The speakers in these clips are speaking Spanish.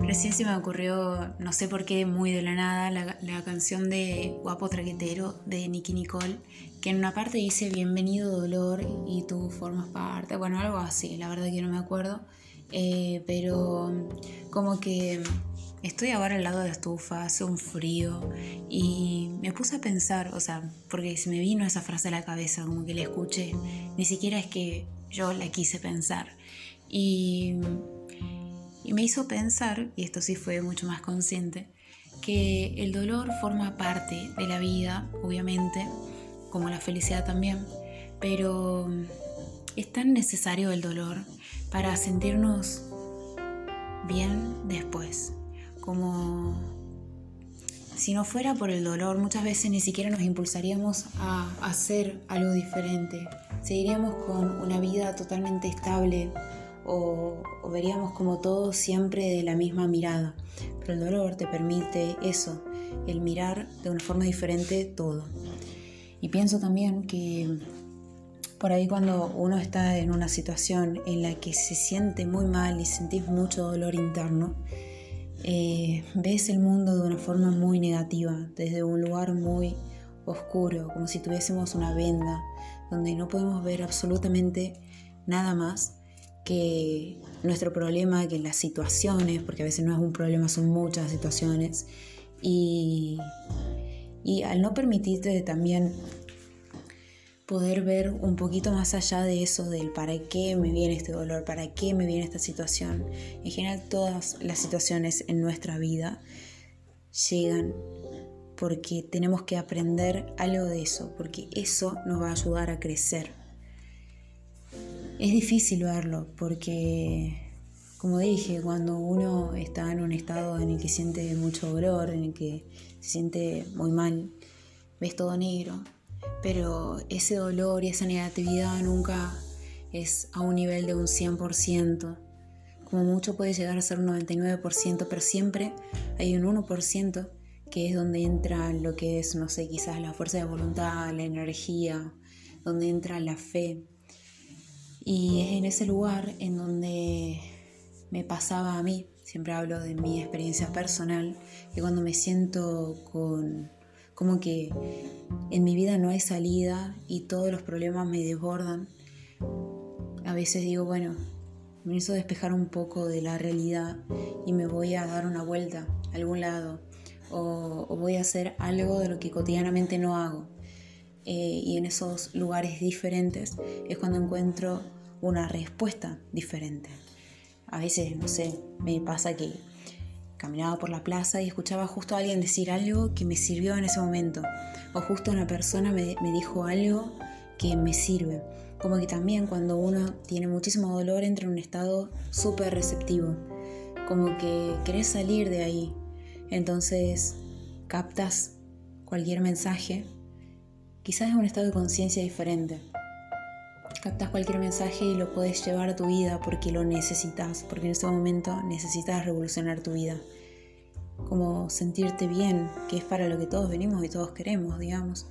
Recién se me ocurrió, no sé por qué, muy de la nada, la canción de Guapo Traquetero de Nicki Nicole, que en una parte dice bienvenido dolor y tú formas parte, bueno, algo así, la verdad que no me acuerdo, pero como que estoy ahora al lado de la estufa, hace un frío y me puse a pensar, o sea, porque se me vino esa frase a la cabeza, como que la escuché, ni siquiera es que yo la quise pensar. Y me hizo pensar, y esto sí fue mucho más consciente, que el dolor forma parte de la vida, obviamente, como la felicidad también, pero es tan necesario el dolor para sentirnos bien después. Como si no fuera por el dolor, muchas veces ni siquiera nos impulsaríamos a hacer algo diferente. Seguiríamos con una vida totalmente estable, o veríamos como todo siempre de la misma mirada, pero el dolor te permite eso, el mirar de una forma diferente todo. Y pienso también que por ahí cuando uno está en una situación en la que se siente muy mal y sentís mucho dolor interno, ves el mundo de una forma muy negativa, desde un lugar muy oscuro, como si tuviésemos una venda donde no podemos ver absolutamente nada más que nuestro problema, que las situaciones, porque a veces no es un problema, son muchas situaciones, y al no permitirte también poder ver un poquito más allá de eso, del para qué me viene este dolor, para qué me viene esta situación. En general todas las situaciones en nuestra vida llegan porque tenemos que aprender algo de eso, porque eso nos va a ayudar a crecer. Es difícil verlo porque, como dije, cuando uno está en un estado en el que siente mucho dolor, en el que se siente muy mal, ves todo negro, pero ese dolor y esa negatividad nunca es a un nivel de un 100%. Como mucho puede llegar a ser un 99%, pero siempre hay un 1% que es donde entra lo que es, no sé, quizás la fuerza de voluntad, la energía, donde entra la fe. Y es en ese lugar en donde me pasaba a mí, siempre hablo de mi experiencia personal, que cuando me siento como que en mi vida no hay salida y todos los problemas me desbordan, a veces digo, bueno, me hizo despejar un poco de la realidad y me voy a dar una vuelta a algún lado, o voy a hacer algo de lo que cotidianamente no hago. Y en esos lugares diferentes es cuando encuentro una respuesta diferente. A veces, no sé, me pasa que caminaba por la plaza y escuchaba justo a alguien decir algo que me sirvió en ese momento, o justo una persona me dijo algo que me sirve. Como que también cuando uno tiene muchísimo dolor entra en un estado súper receptivo, como que querés salir de ahí, entonces captas cualquier mensaje. Quizás es un estado de conciencia diferente. Captas cualquier mensaje y lo puedes llevar a tu vida porque lo necesitas, porque en ese momento necesitas revolucionar tu vida. Como sentirte bien, que es para lo que todos venimos y todos queremos, digamos.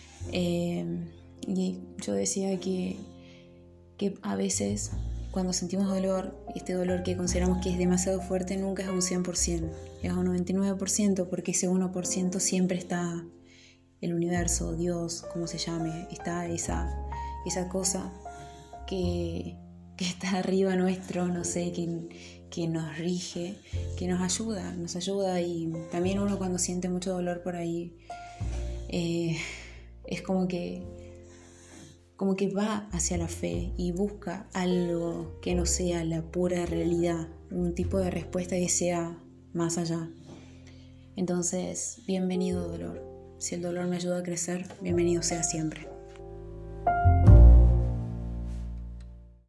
Y yo decía que a veces cuando sentimos dolor, este dolor que consideramos que es demasiado fuerte, nunca es un 100%, es un 99%, porque ese 1% siempre está el universo, Dios, como se llame, está esa cosa que está arriba nuestro, no sé, que nos rige, que nos ayuda. Y también uno cuando siente mucho dolor por ahí, es como que va hacia la fe y busca algo que no sea la pura realidad, un tipo de respuesta que sea más allá. Entonces, bienvenido dolor. Si el dolor me ayuda a crecer, bienvenido sea siempre.